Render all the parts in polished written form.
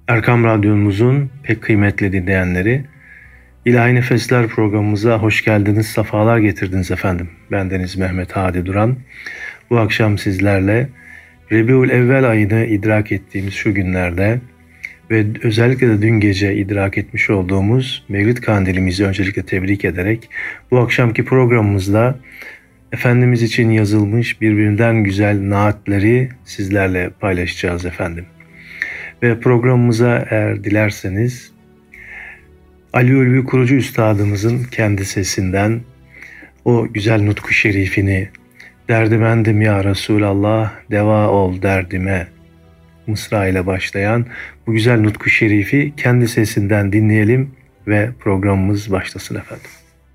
Erkam Radyomuzun pek kıymetli dinleyenleri, İlahi Nefesler programımıza hoş geldiniz, sefalar getirdiniz efendim. Bendeniz Mehmet Hadi Duran. Bu akşam sizlerle Rebiül Evvel ayını idrak ettiğimiz şu günlerde ve özellikle de dün gece idrak etmiş olduğumuz Mevlid Kandilimizi öncelikle tebrik ederek bu akşamki programımızda Efendimiz için yazılmış birbirinden güzel naatleri sizlerle paylaşacağız efendim. Ve programımıza eğer dilerseniz Ali Ulvi Kurucu Üstadımızın kendi sesinden o güzel nutku şerifini "Derdimendim ya Resulallah, deva ol derdime" mısra ile başlayan bu güzel nutku şerifi kendi sesinden dinleyelim ve programımız başlasın efendim.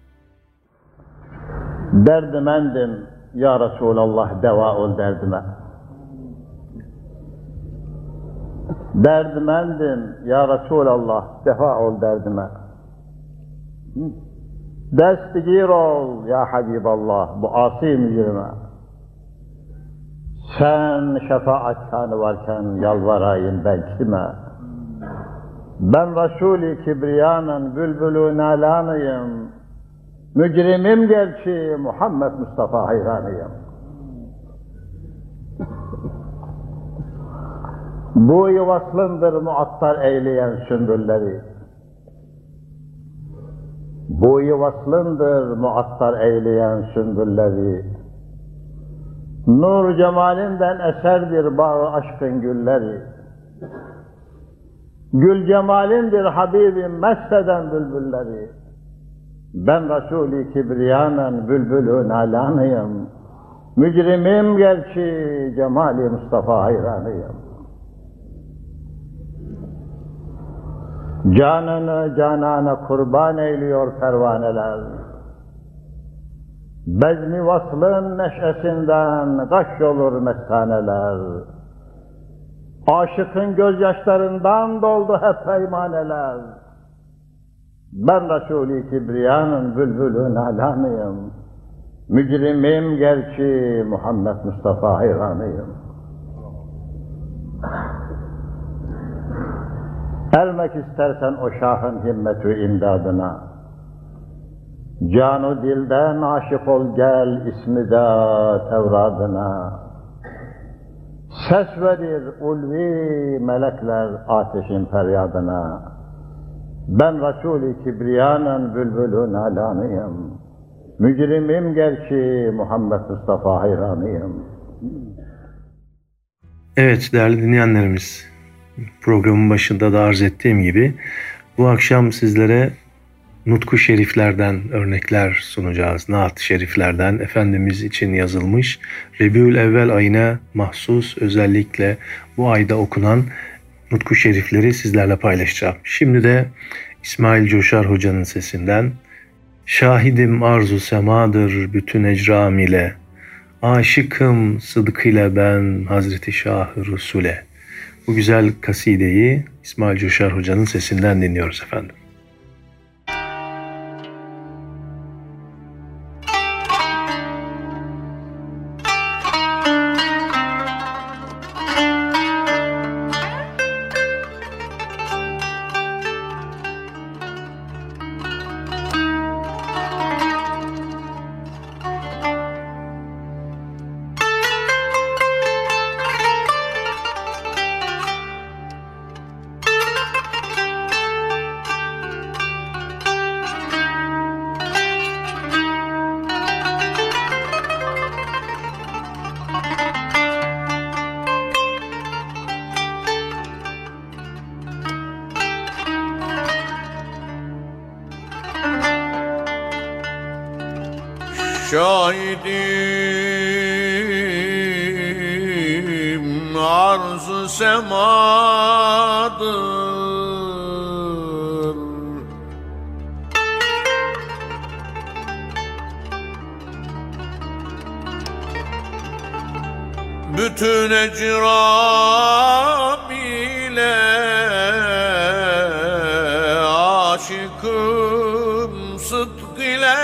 Derdimendim ya Resulallah, deva ol derdime. Derdimendim ya Resulallah, deva ol derdime. Destigir ol ya Habiballah bu asi mücrime. Sen şefaatkanı varken yalvarayım ben kime? Ben Resul-i Kibriyanın bülbülü nalanıyım. Mücrimim gerçi Muhammed Mustafa hayranıyım. Bu yuvaslandır muattar eyleyen sümbülleri. Bu yuvaslandır muattar eyleyen sümbülleri. Nur cemalinden eserdir bağı aşkın gülleri. Gül cemalindir Habibim mesteden bülbülleri. Ben Resul-i Kibriyanın bülbülü nalanıyım. Mücrimim gerçi cemali Mustafa hayranıyım. Canını canana kurban eyliyor pervaneler. Bezmi vaslın neşesinden gaş olur mestaneler. Aşıkın gözyaşlarından doldu hep peymaneler. Ben Resul-i Kibriyanın bülbülü nalanıyım. Mücrimim gerçi Muhammed Mustafa hayranıyım. Ermek istersen o şahın himmetü imdadına. Canu dilden aşık ol gel ismi de Tevradına. Ses verir ulvi melekler ateşin feryadına. Ben Resul-i Kibriyanın bülbülü nalanıyım. Mücrimim gerçi Muhammed Mustafa hayranıyım. Evet değerli dinleyenlerimiz, programın başında da arz ettiğim gibi bu akşam sizlere nutku şeriflerden örnekler sunacağız. Naat-ı şeriflerden Efendimiz için yazılmış Rebiül Evvel ayına mahsus özellikle bu ayda okunan nutku şerifleri sizlerle paylaşacağım. Şimdi de İsmail Coşar Hoca'nın sesinden "Şahidim arzu semadır bütün ecram ile, aşıkım sıdk ile ben Hazreti Şah-ı Resul'e." Bu güzel kasideyi İsmail Coşar Hoca'nın sesinden dinliyoruz efendim. Şahidim arz-ı semadır, bütün ecram ile aşıkım sıdk ile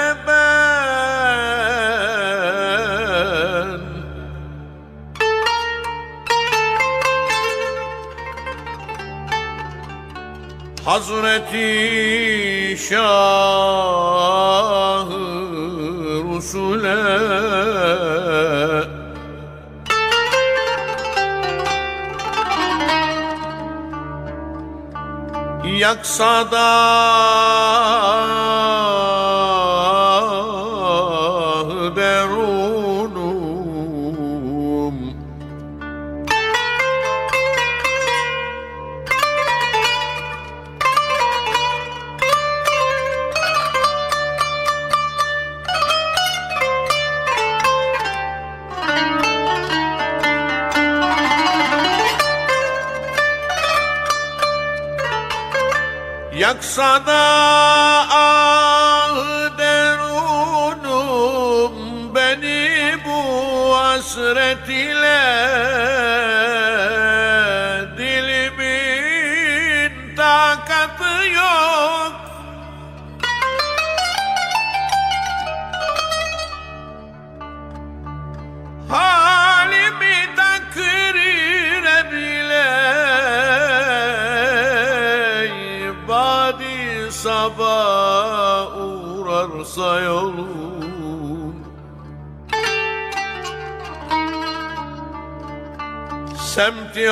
ben. Hazreti Şah-ı Rusule yaksa da derunum, yaksa da derunum, beni bu hasret ile dilimin takatı yok. Halimi takrire bile badi sabah uğrarsa yolum, semti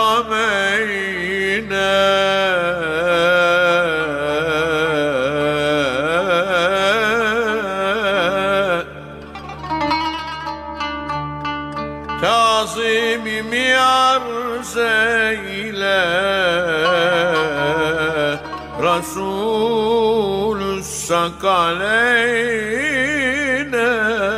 harameyne tazimimi arz eyle, Resulü sakaleyne.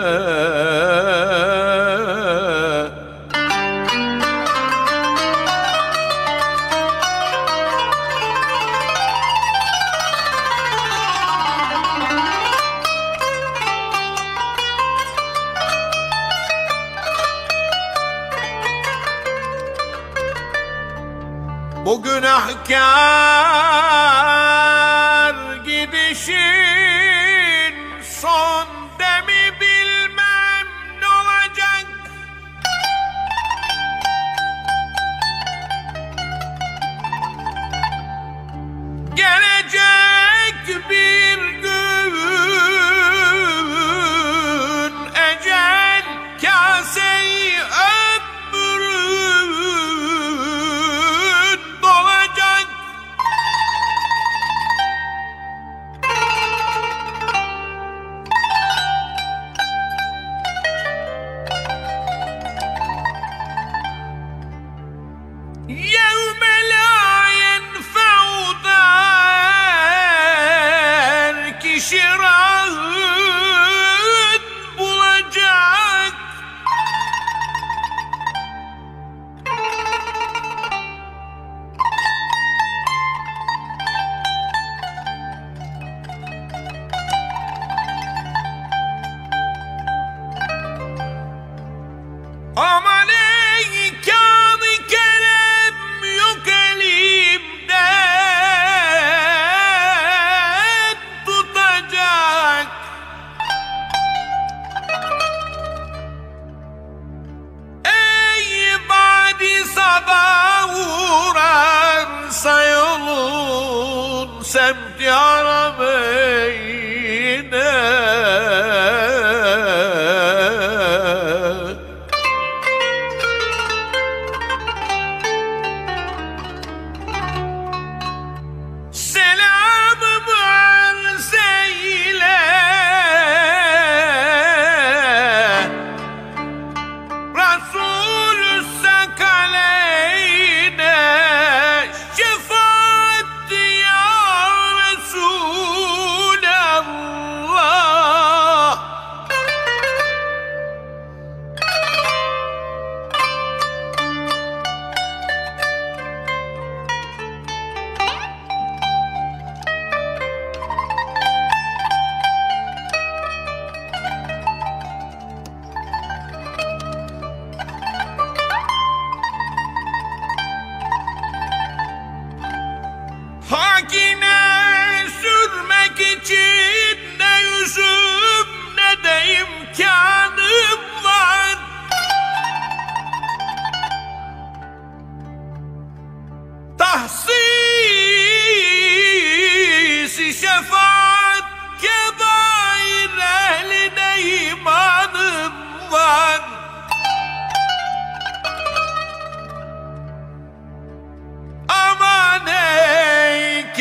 Bu günahkar gidişin son demi bilmem ne olacak. Gelecek bir gün ecel kase-i ömrün dolacak. يَوْمَ لَا يَنْفَعُ دَارِ kişi rahat bulacak. Aman ey kâr-ı kerem yok elimden tutacak. Ey badi sabah uğrarsa yolun, semti harameyne. Selamımı arz eyle, Resulü sakaleyne, şefaat ya Resul.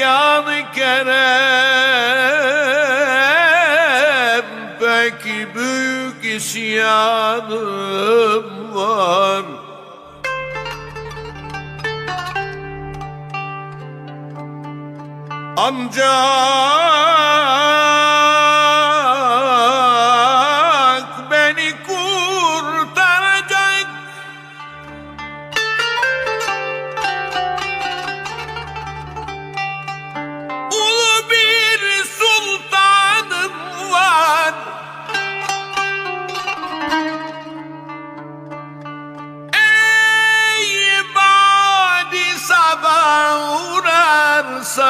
mekanı kerem, peki büyük isyanım var. Ancak beni kurtaracak ulu bir sultanım var. Ey badi sabah uğrarsa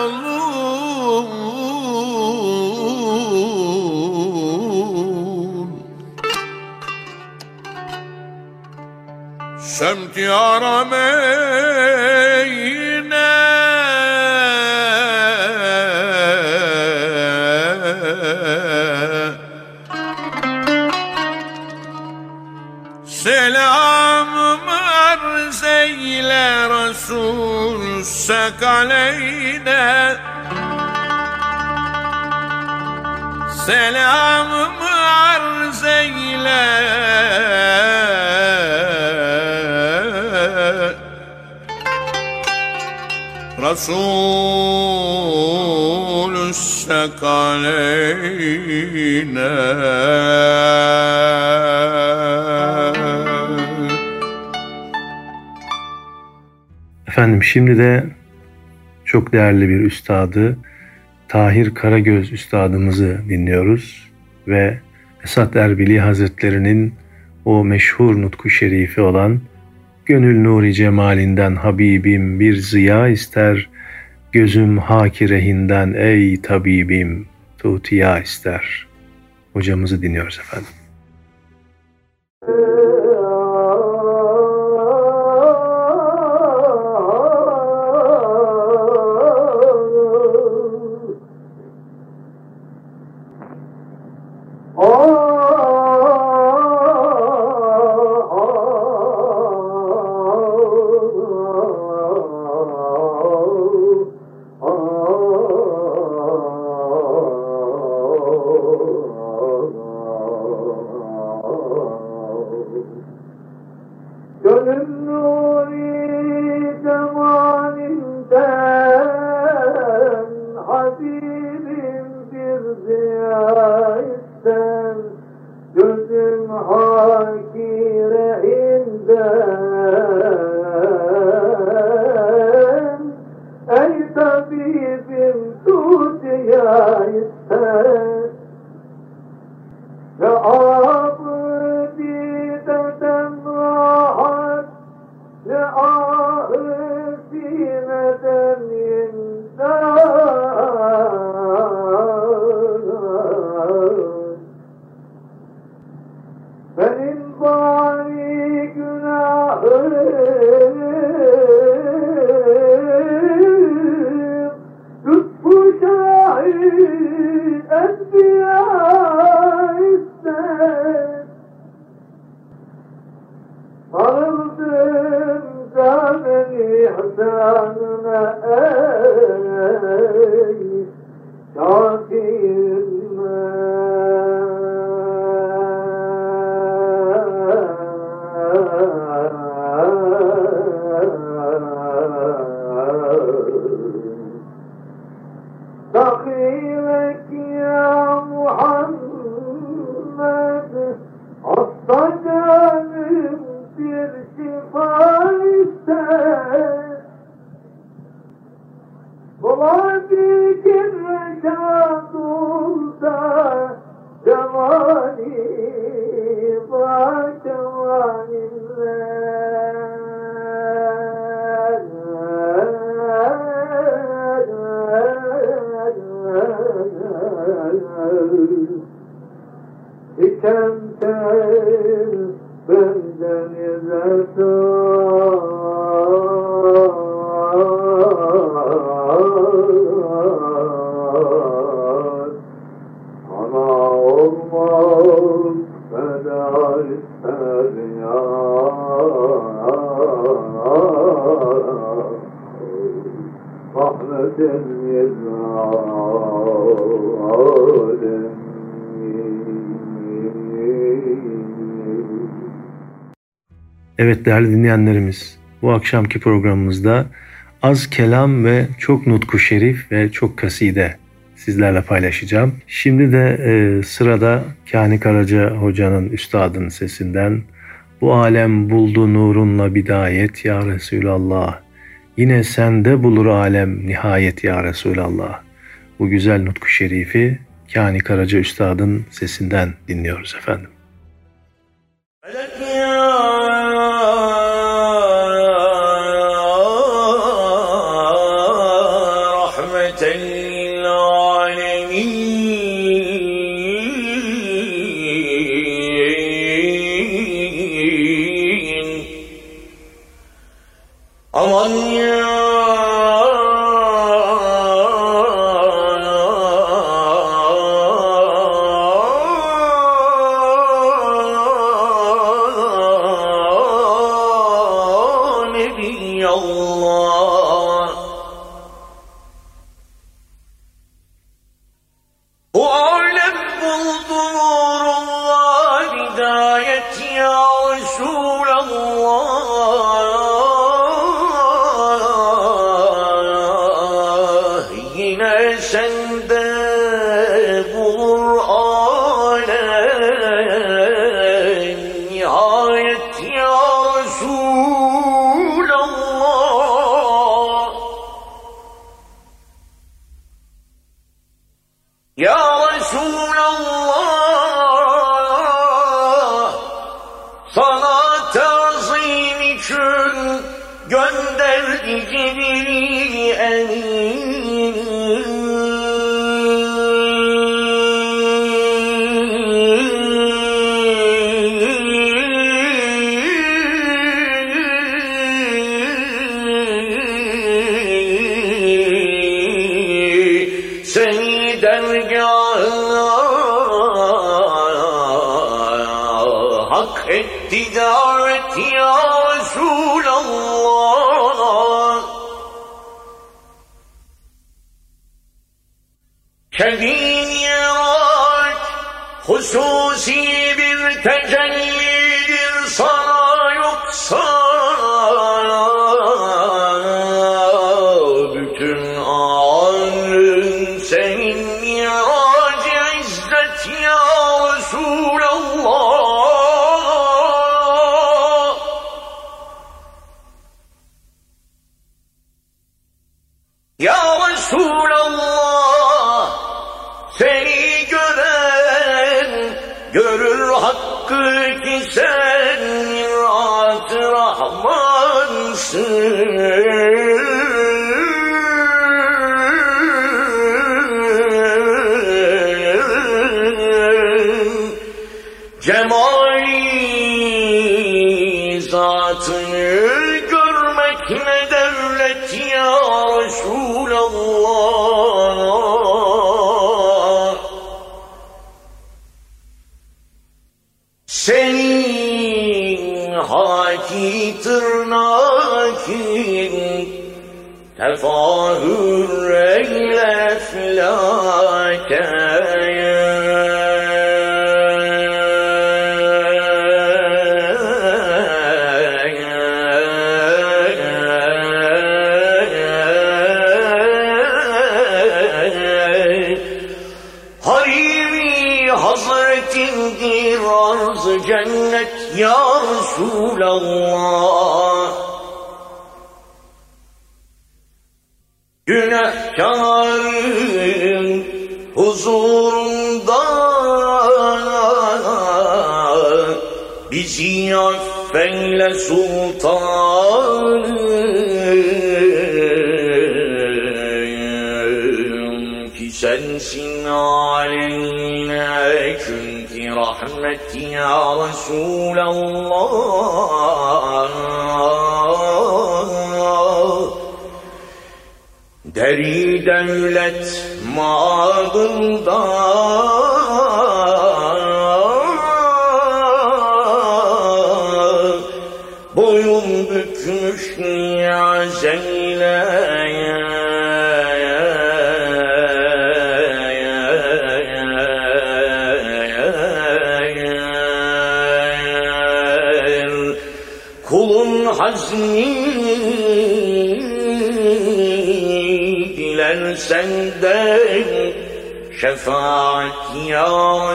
yolun, semti harameyne selamımı arz eyle Resul sakaleyne. Selamımı arz eyle Resulü sakaleyne. Efendim şimdi de çok değerli bir üstadı, Tahir Karagöz üstadımızı dinliyoruz ve Esat Erbili Hazretleri'nin o meşhur nutku şerifi olan "Gönül nuri cemalinden Habibim bir ziya ister, gözüm haki rehinden ey tabibim tutiya ister." Hocamızı dinliyoruz efendim. Gönül nuri cemalinden Habibim bir ziya ister, gözüm hakirehinden ey tabibim tutiya ister. Ve abdiden rahat, ve ahı sineden imdad. Benim bari günahım lütfu şahit enbiya ister. Sarıldım zaten ihsanına ey Sakilek ya Muhammed, hasta canım bir şifa ister. Bula fikir reşad olsa cemali bak İkemter benden izletar, ana olmaz feda ister ya. rahmeten lil'âlemin. Evet değerli dinleyenlerimiz, bu akşamki programımızda az kelam ve çok nutku şerif ve çok kaside sizlerle paylaşacağım. Şimdi de sırada Kani Karaca Hoca'nın, üstadın sesinden "Bu alem buldu nurunla bidayet ya Resulallah. Yine sende bulur alem nihayet ya Resulallah." Bu güzel nutku şerifi Kani Karaca üstadın sesinden dinliyoruz efendim. Aman ya Nebi Allah, bu alem buldu nurullah hidayet ya Resulallah. Sende bulur alem nihayet ya Resulallah. Ya Resulallah, sana tazim için gönderdi Cibril Emin. Seni dergâhına hak etti davet ya Resulallah. Şefiat hususi bir tecellidir sana, yoksa bütün alem senin miracı izzet ya Resulallah. Ya Resulallah, seni gören görür hakkı ki sen mirat-ı Rahmansın. Cemali zatını görmek ne devlet ya Resulallah. Senin haki tırnakin tefahür eyle eflâke. Hazretindir arz-ı cennet ya Resulallah. Günahkarın huzurunda bizi affeyle sultanım, ki sensin aleyhine çünkü rahmet ya Resulallah. Deri devlet madında boyun bükmüş niyaz eyle. diler senden şefaat ya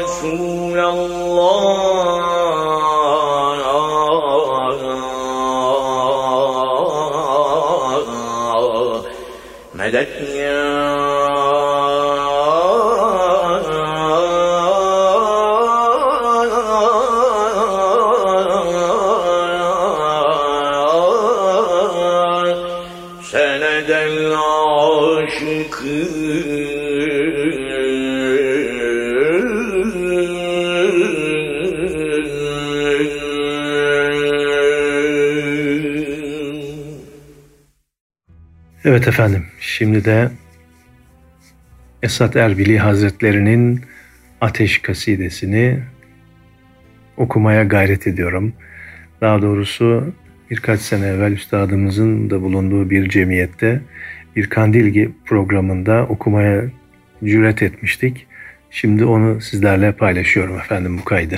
Resulallah. Medet ya senedel Evet efendim, şimdi de Esat Erbili Hazretleri'nin Ateş kasidesini okumaya gayret ediyorum. Daha doğrusu birkaç sene evvel üstadımızın da bulunduğu bir cemiyette bir kandil programında okumaya cüret etmiştik. Şimdi onu sizlerle paylaşıyorum efendim, bu kaydı.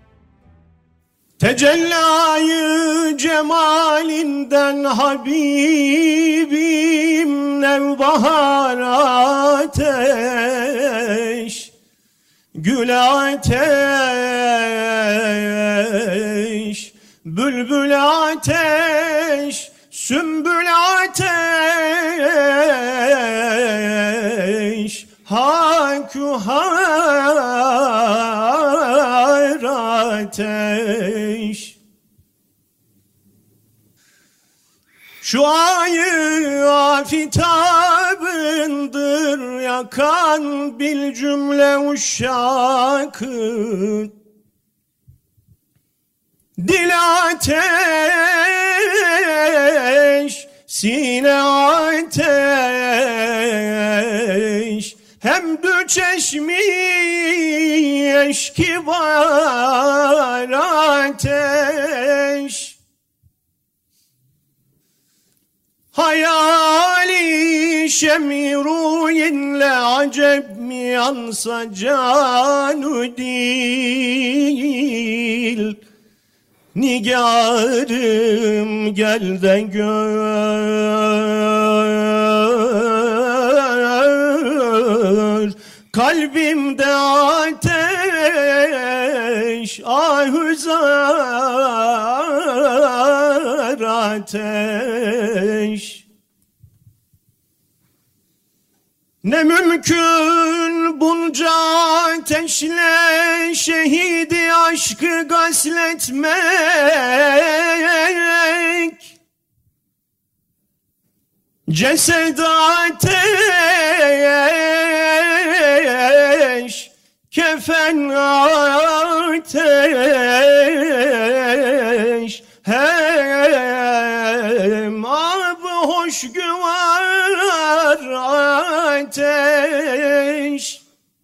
Tecellayı cemalinden Habibim nevbahar ateş, gül ateş, bülbül ateş, sümbül ateş, hakuhar ateş. Şu ayı afitabındır yakan bil cümle uşakı. Dil ateş, sine ateş, hem dü çeşmi eşki var ateş. Hayali şemiruyinle acep mi yansa canu dil. Nigarım gel de gör, kalbimde ateş, ahuzar ateş. Ne mümkün bunca ateşle şehidi aşkı gasletmek. Cesed ateş, kefen ateş, hem ab hoş güvar ateş.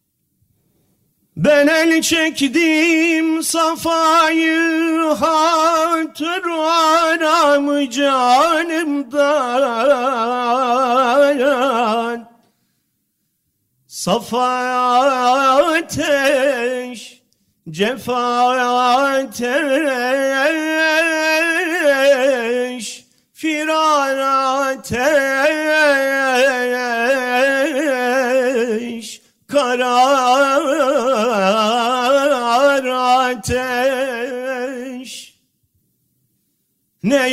Ben el çektim safayı hatır aramı canımdan. Safa ateş, cefa ateş, firar ateş, karar ateş. Ne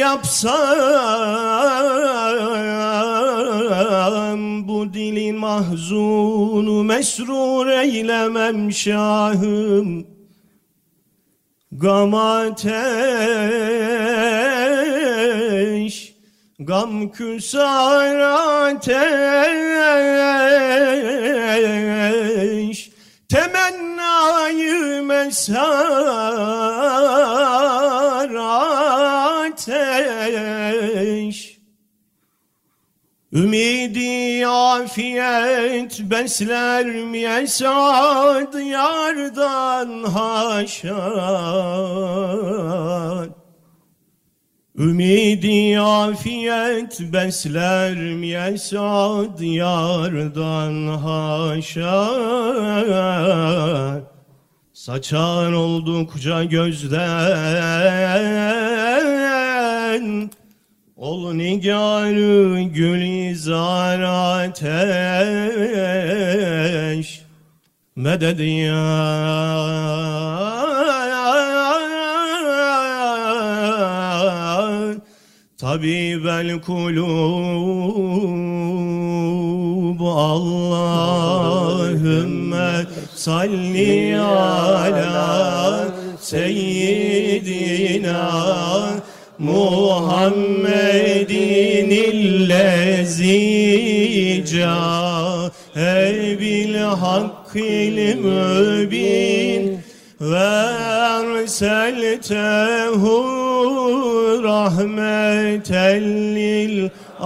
yapsam bu dilin mahzunu mesrur eylemem şahım. Gam ateş, gam küsar ateş, temennayı mesar ateş. Ümidi afiyet besler mi esad yardan haşa. Ümidi afiyet besler mi esad yardan haşa. Saçar oldukça gözden ol nigarı gülizar ateş medet ya tabibel kulub Allahümme salli ala seyyidina Muhammedin illezi câhe bil hakkil mübin ve erseltehu rahmeten lil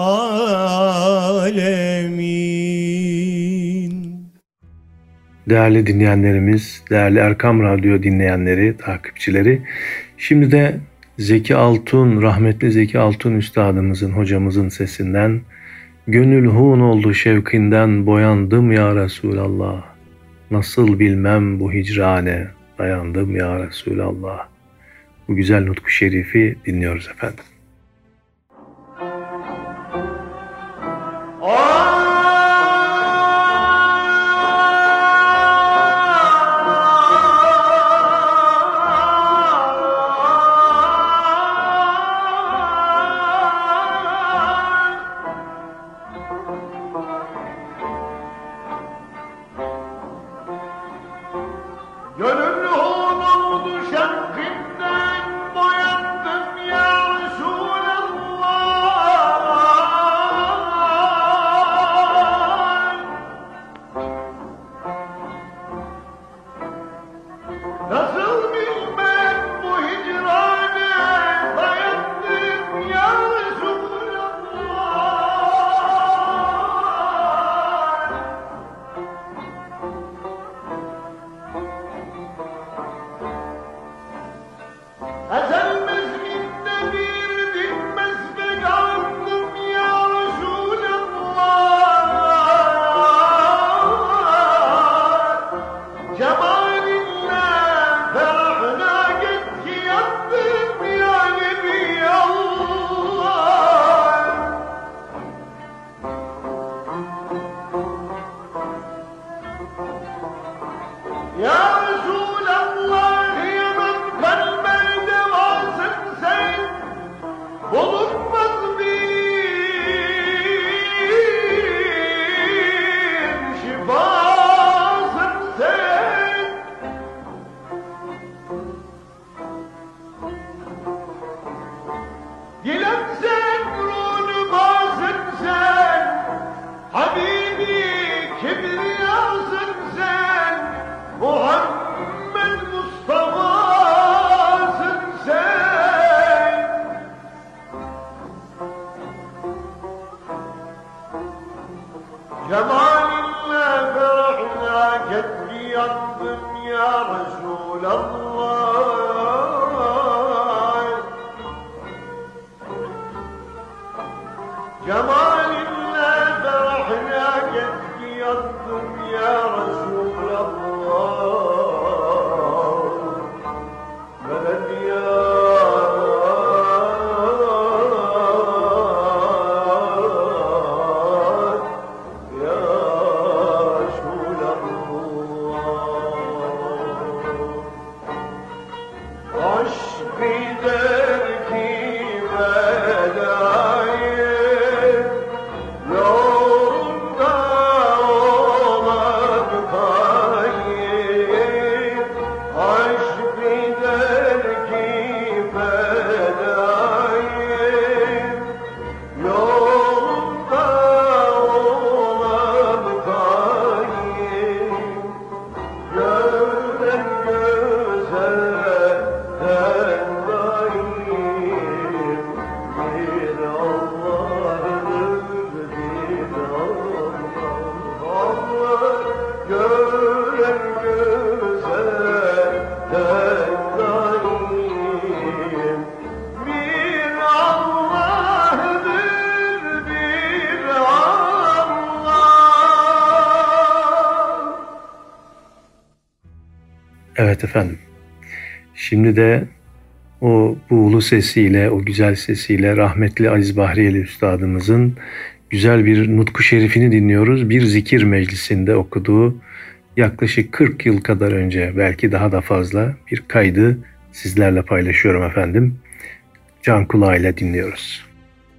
alemin. Değerli dinleyenlerimiz, değerli Erkam Radyo dinleyenleri, takipçileri, şimdi de Zeki Altun, rahmetli Zeki Altun üstadımızın, hocamızın sesinden "Gönül hun oldu şevkinden boyandım ya Resulallah. Nasıl bilmem bu hicrane dayandım ya Resulallah." Bu güzel nutku şerifi dinliyoruz efendim. Evet efendim. Şimdi de o buğulu sesiyle, o güzel sesiyle rahmetli Aziz Bahriyeli Üstadımızın güzel bir nutku şerifini dinliyoruz. Bir zikir meclisinde okuduğu yaklaşık 40 yıl kadar önce, belki daha da fazla bir kaydı sizlerle paylaşıyorum efendim. Can kulağıyla dinliyoruz.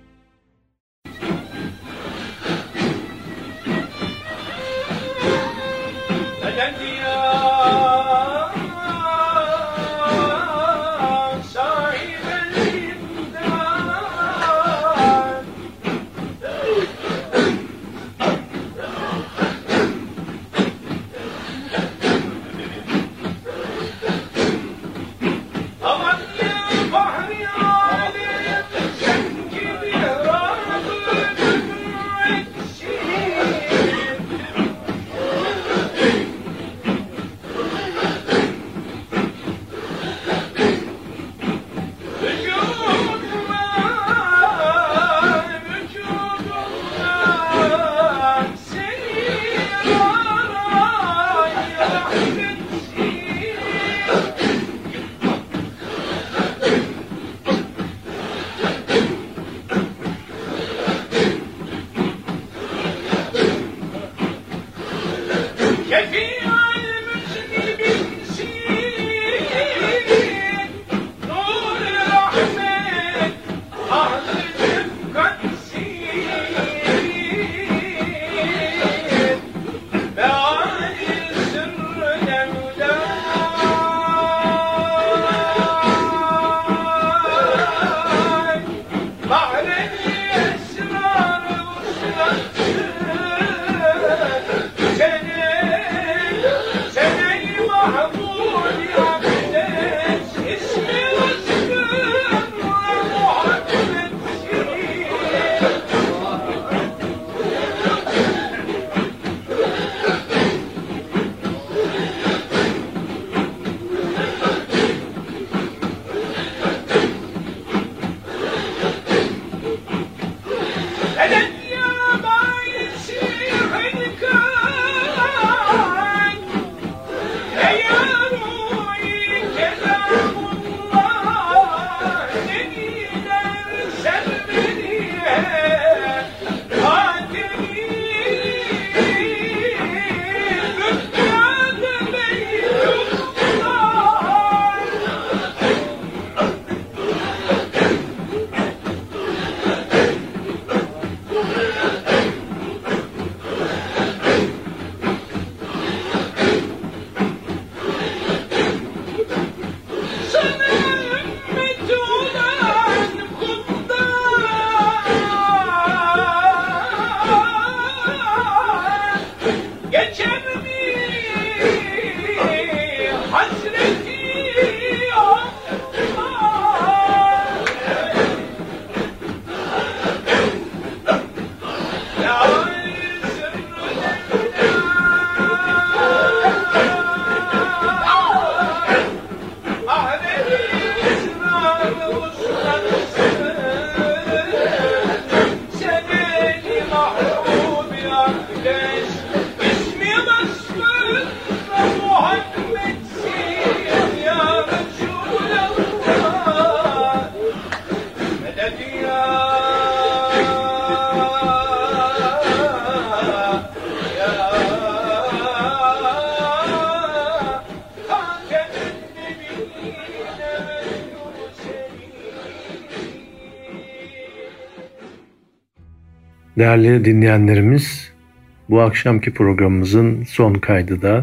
Değerli dinleyenlerimiz, bu akşamki programımızın son kaydı da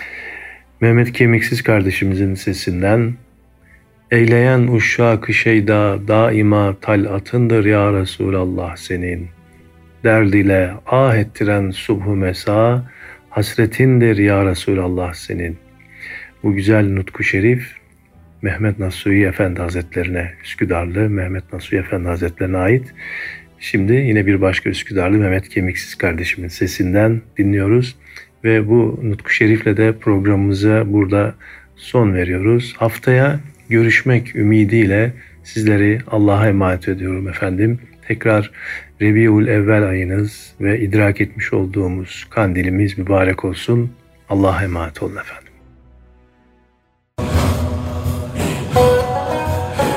Mehmet Kemiksiz kardeşimizin sesinden "Eyleyen uşşak-ı şeyda daima talatındır ya Resulallah senin. Derd ile ah ettiren subhu mesa hasretindir ya Resulallah senin." Bu güzel nutku şerif Mehmet Nasuhi Efendi Hazretlerine, Üsküdarlı Mehmet Nasuhi Efendi Hazretlerine ait. Şimdi yine bir başka Üsküdarlı Mehmet Kemiksiz kardeşimin sesinden dinliyoruz ve bu nutku şerifle de programımıza burada son veriyoruz. Haftaya görüşmek ümidiyle sizleri Allah'a emanet ediyorum efendim. Tekrar Rebiul Evvel ayınız ve idrak etmiş olduğumuz kandilimiz mübarek olsun. Allah'a emanet olun efendim.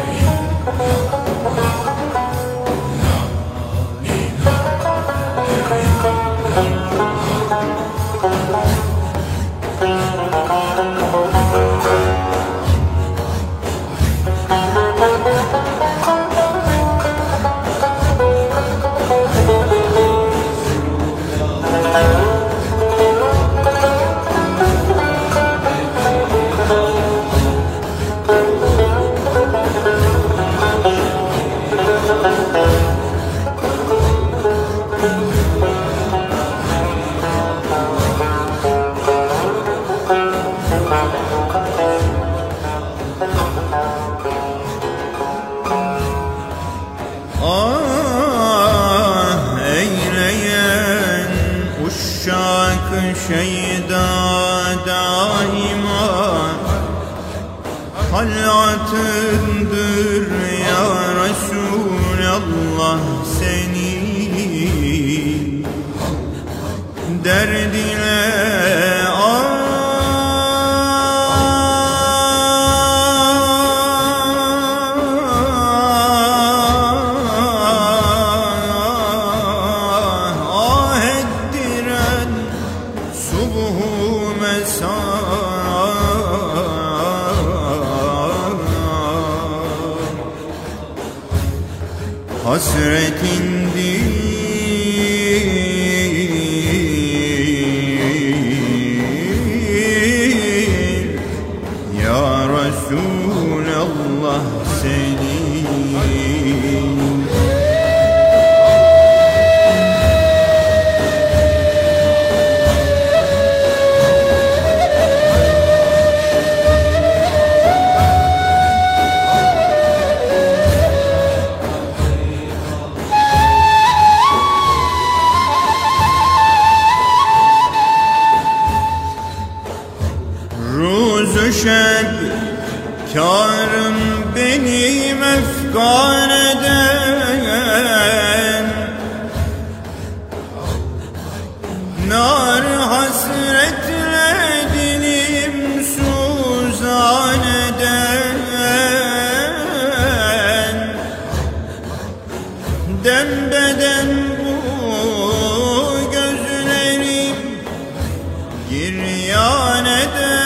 şeyda daima tal'atındır ya Resulallah senin derdine hasretindir ya Resulallah senin. Şeb kârım beni mefkan eden nar hasretle dilim suzan eden dembeden bu gözlerim giryan eden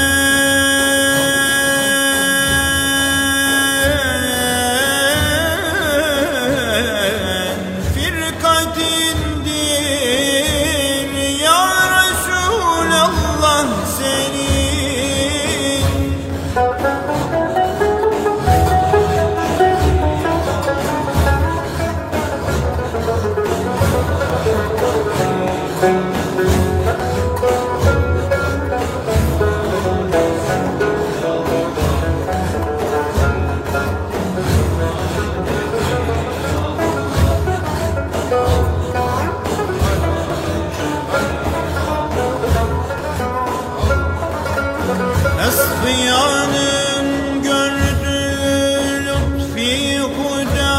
Esfiyanın gördü lütfi huda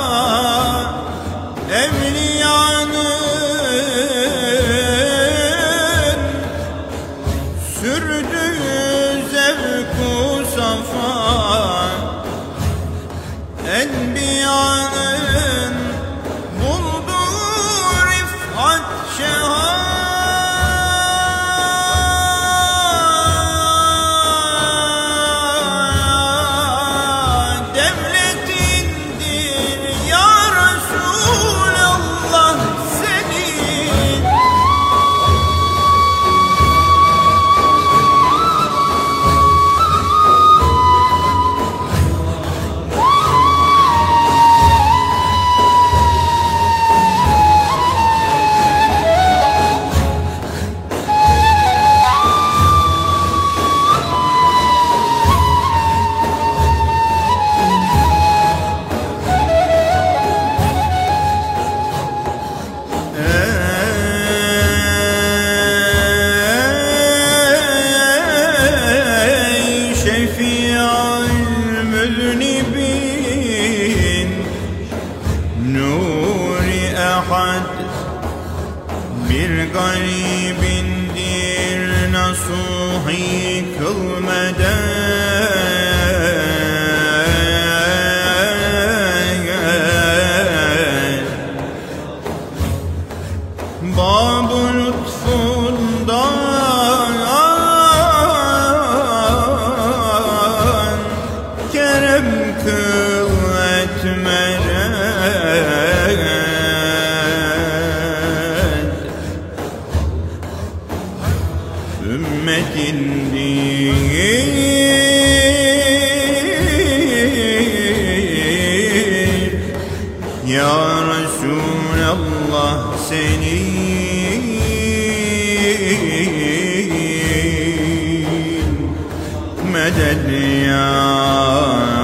evliyanın sürdüğü zevku safa enbiyanın bulduğu rifat şehadet bir garibindir nasuhi kılmeden bu lütfundan kerem kıl etmeret ümmetin değil ya Resulallah senin medet ya